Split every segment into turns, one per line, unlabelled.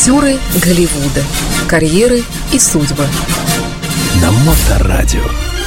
Актеры Голливуда. Карьеры и судьбы.
На Моторадио.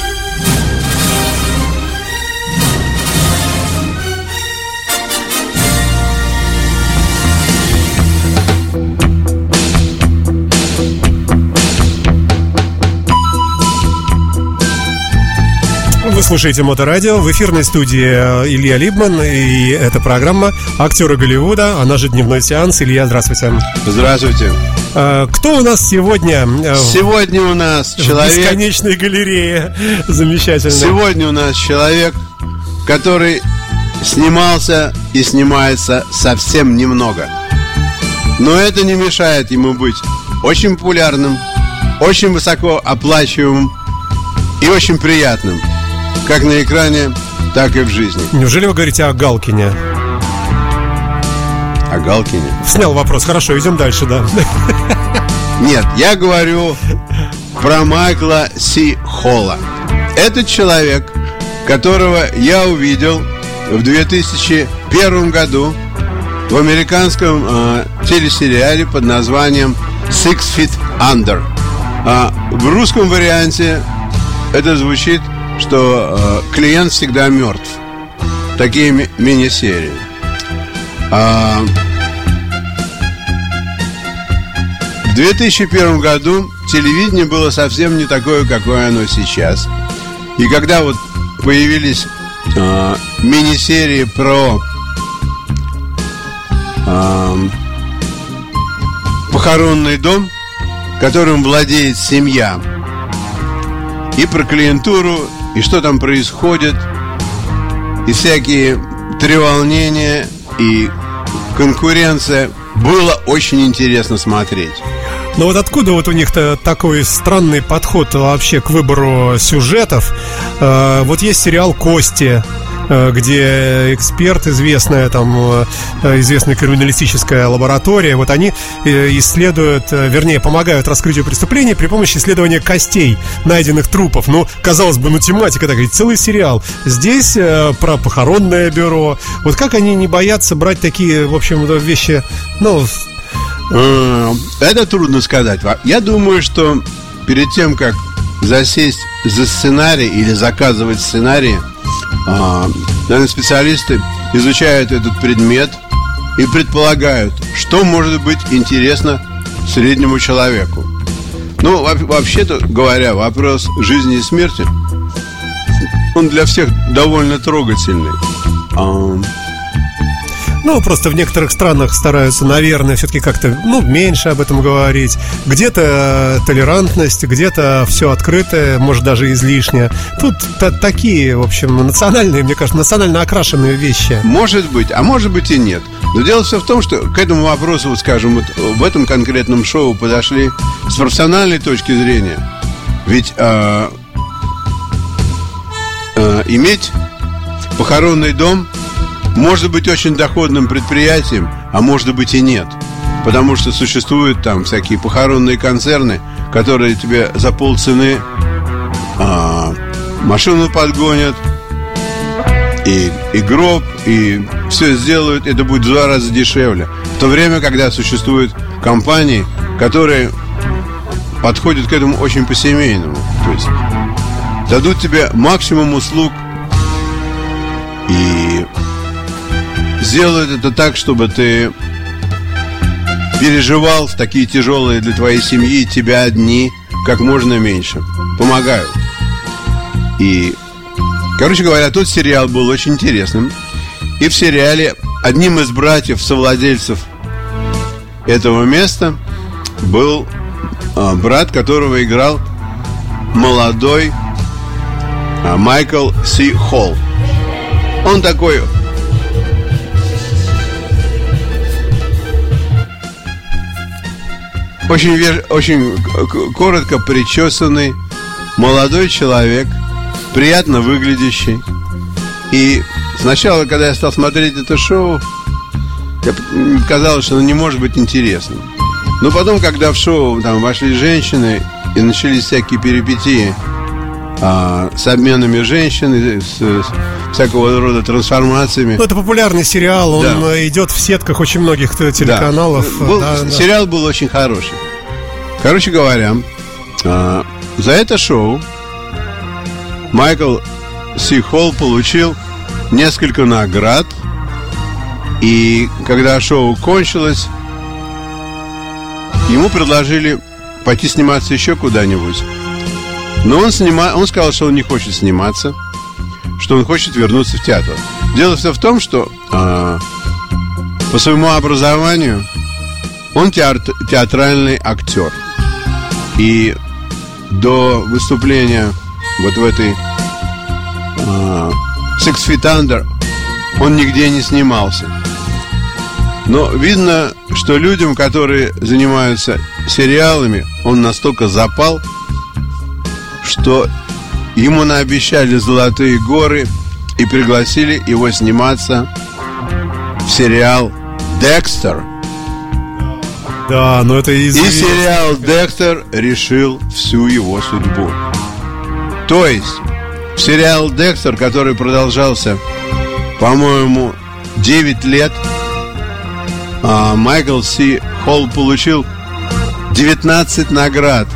Вы слушаете Моторадио, в эфирной студии Илья Либман, и это программа «Актеры Голливуда», она же «Дневной сеанс». Илья, здравствуйте.
Здравствуйте.
Кто у нас сегодня?
Сегодня у нас человек...
В бесконечной галерее. Замечательно.
Сегодня у нас человек, который снимался и снимается совсем немного. Но это не мешает ему быть очень популярным, очень высоко оплачиваемым и очень приятным. Как на экране, так и в жизни.
Неужели вы говорите о Галкине?
О Галкине?
Снял вопрос, хорошо, идем дальше, да.
Нет, я говорю про Майкла Си Холла. Это человек, которого я увидел в 2001 году в американском телесериале под названием Six Feet Under. В русском варианте это звучит, что клиент всегда мертв. Такие мини-серии. В 2001 году телевидение было совсем не такое, какое оно сейчас. И когда вот появились мини-серии про похоронный дом, которым владеет семья, и про клиентуру, и что там происходит, и всякие треволнения, и конкуренция, было очень интересно смотреть.
Но вот откуда вот у них-то такой странный подход вообще к выбору сюжетов? Вот есть сериал «Кости», где эксперт, известная криминалистическая лаборатория, вот они исследуют, вернее, помогают раскрытию преступлений при помощи исследования костей найденных трупов. Ну, казалось бы, тематика такая, целый сериал. Здесь про похоронное бюро. Вот как они не боятся брать такие, в общем, вещи,
Это трудно сказать. Я думаю, что перед тем, как засесть за сценарий или заказывать сценарий, наверное, специалисты изучают этот предмет и предполагают, что может быть интересно среднему человеку. Ну, вообще-то говоря, вопрос жизни и смерти, он для всех довольно трогательный.
Просто в некоторых странах стараются, наверное, все-таки как-то, меньше об этом говорить. Где-то толерантность, где-то все открытое, может, даже излишне. Тут такие, в общем, национальные, мне кажется, национально окрашенные вещи.
Может быть, а может быть и нет. Но дело все в том, что к этому вопросу, вот скажем, вот в этом конкретном шоу подошли с профессиональной точки зрения. Ведь иметь похоронный дом может быть очень доходным предприятием, а может быть и нет. Потому что существуют там всякие похоронные концерны, которые тебе за полцены машину подгонят, и гроб, и все сделают. Это будет в 2 раза дешевле. В то время, когда существуют компании, которые подходят к этому очень по-семейному. То есть дадут тебе максимум услуг и сделают это так, чтобы ты переживал в такие тяжелые для твоей семьи, тебя дни как можно меньше. Помогают. И, короче говоря, тот сериал был очень интересным. И в сериале одним из братьев-совладельцев этого места был брат, которого играл молодой Майкл Си Холл. Он такой очень коротко причесанный молодой человек, приятно выглядящий. И сначала, когда я стал смотреть это шоу, мне казалось, что оно не может быть интересным. Но потом, когда в шоу там вошли женщины и начались всякие перипетии с обменами женщин, и с всякого рода трансформациями.
Ну, это популярный сериал, он идет в сетках очень многих телеканалов.
Сериал был очень хороший. Короче говоря, за это шоу Майкл Си Холл получил несколько наград. И когда шоу кончилось, ему предложили пойти сниматься еще куда-нибудь. Но он сказал, что он не хочет сниматься, что он хочет вернуться в театр. Дело все в том, что по своему образованию он театральный актер. И до выступления вот в этой Six Feet Under он нигде не снимался. Но видно, что людям, которые занимаются сериалами, он настолько запал, что ему наобещали золотые горы и пригласили его сниматься в сериал «Декстер».
Да, но это
И сериал «Декстер» решил всю его судьбу. То есть в сериал «Декстер», который продолжался, по-моему, 9 лет, Майкл Си Холл получил 19 наград.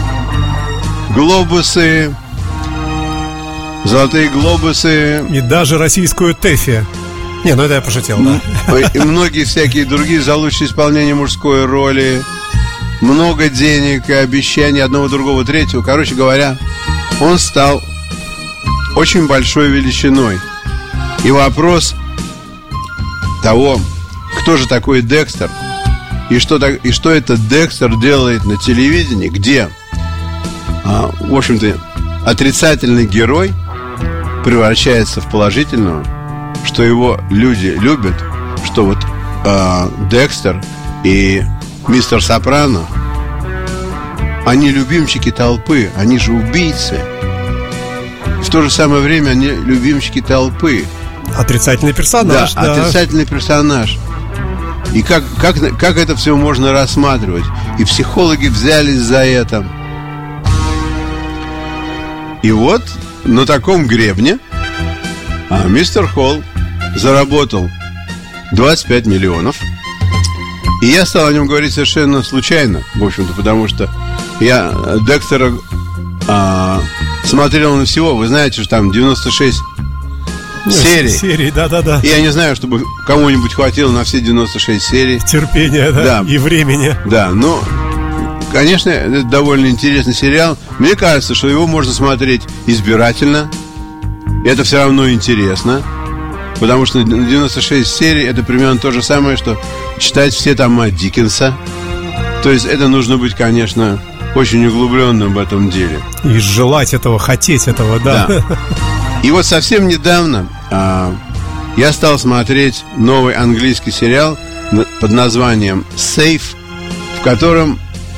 Глобусы, золотые глобусы.
И даже российскую ТЭФИ. Не, ну это я пошутил, да.
И многие всякие другие за лучшее исполнение мужской роли. Много денег и обещаний одного, другого, третьего. Короче говоря, он стал очень большой величиной. И вопрос того, кто же такой Декстер, и что этот Декстер делает на телевидении, где, в общем-то, отрицательный герой превращается в положительного, что его люди любят, что вот Декстер и мистер Сопрано, они любимчики толпы, они же убийцы. В то же самое время они любимчики толпы.
Отрицательный персонаж, да.
Отрицательный персонаж. И как это все можно рассматривать? И психологи взялись за это. И вот на таком гребне мистер Холл заработал 25 миллионов. И я стал о нем говорить совершенно случайно, в общем-то, потому что я Декстера смотрел на всего. Вы знаете, что там 96 серий,
да.
И я не знаю, чтобы кому-нибудь хватило на все 96 серий
терпения, да, и времени.
Да, но, конечно, это довольно интересный сериал. Мне кажется, что его можно смотреть избирательно. И это все равно интересно, потому что 96 серий — это примерно то же самое, что читать все тома Диккенса. То есть это нужно быть, конечно, очень углубленным в этом деле.
И желать этого, хотеть этого, да.
И вот совсем недавно я стал смотреть новый английский сериал под названием «Safe», в котором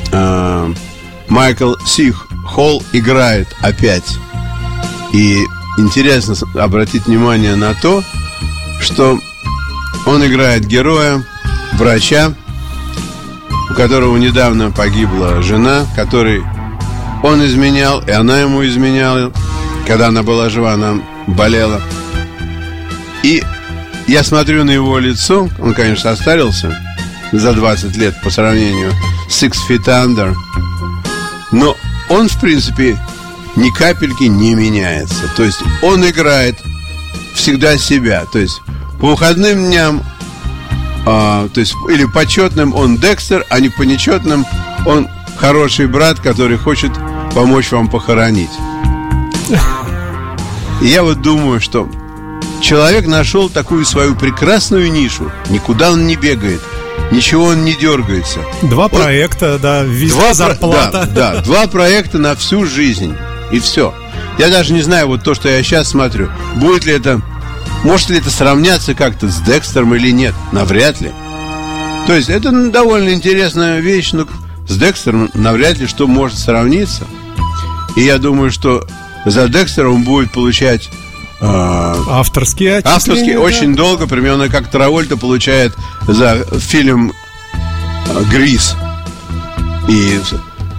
Майкл Си Холл играет опять. И интересно обратить внимание на то, что он играет героя, врача, у которого недавно погибла жена, которой он изменял, и она ему изменяла. Когда она была жива, она болела. И я смотрю на его лицо. Он, конечно, состарился за 20 лет по сравнению с Six Feet Under. Но он, в принципе, ни капельки не меняется. То есть он играет всегда себя. То есть по выходным дням, то есть или почетным он Декстер, а не по нечетным он хороший брат, который хочет помочь вам похоронить. И я вот думаю, что человек нашел такую свою прекрасную нишу. Никуда он не бегает, ничего он не дергается.
Два проекта, да, везде зарплата.
Да, 2 проекта на всю жизнь. И все. Я даже не знаю, вот то, что я сейчас смотрю, будет ли это, может ли это сравняться как-то с Декстером или нет. Навряд ли. То есть это довольно интересная вещь, но с Декстером навряд ли что может сравниться. И я думаю, что за Декстера он будет получать
авторские
очень долго, примерно как Травольта получает за фильм «Грис». И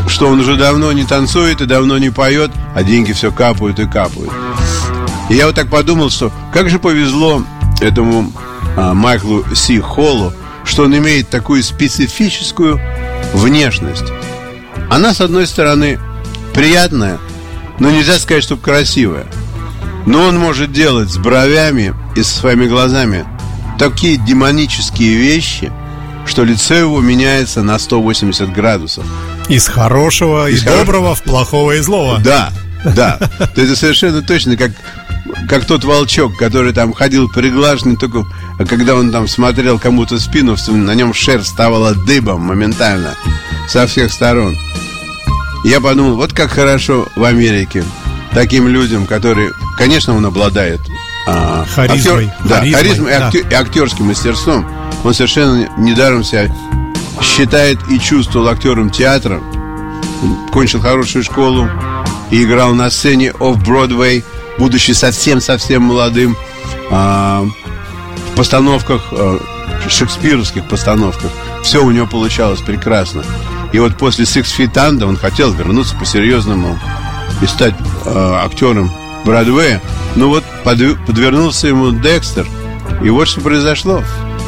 что он уже давно не танцует и давно не поет, а деньги все капают и капают. И я вот так подумал, что как же повезло этому Майклу Си Холлу, что он имеет такую специфическую внешность. Она, с одной стороны, приятная, но нельзя сказать, что красивая. Но он может делать с бровями и со своими глазами такие демонические вещи, что лицо его меняется на 180 градусов.
Из хорошего, из доброго в плохого и злого.
Да, да. Это совершенно точно как тот волчок, который там ходил приглаженный, только когда он там смотрел кому-то в спину, на нем шерсть вставала дыбом моментально со всех сторон. Я подумал, вот как хорошо в Америке таким людям, которые, конечно, он обладает
харизмой,
харизмой и актерским мастерством. Он совершенно недаром себя считает и чувствовал актером театра. Кончил хорошую школу и играл на сцене Off-Broadway, будучи совсем-совсем молодым, в постановках, шекспировских постановках. Все у него получалось прекрасно. И вот после Six Feet Under он хотел вернуться по-серьезному и стать актером Бродвея. Ну вот подвернулся ему Декстер. И вот что произошло.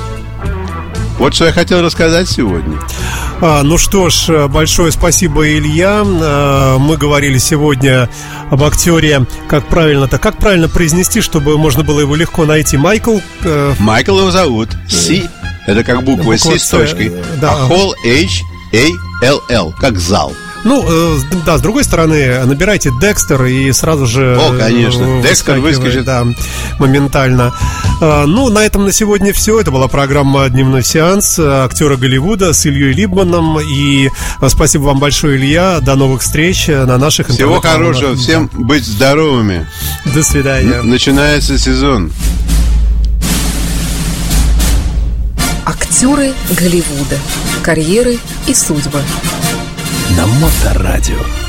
Вот что я хотел рассказать сегодня.
Ну что ж, большое спасибо, Илья. Мы говорили сегодня об актере. Как правильно произнести, чтобы можно было его легко найти? Майкл
его зовут Си. Это как буква Си с точкой.
Да.
А Холл H-A-L-L, как зал.
Ну, да, с другой стороны, набирайте Декстер и сразу же...
О, конечно, Декстер выскочит.
Да, моментально. Ну, на этом на сегодня все. Это была программа «Дневной сеанс» актера Голливуда с Ильей Либманом. И спасибо вам большое, Илья. До новых встреч на наших
интернет-каналах. Всего хорошего, всем быть здоровыми.
До свидания.
Начинается сезон.
Актеры Голливуда. Карьеры и судьбы.
На Моторадио.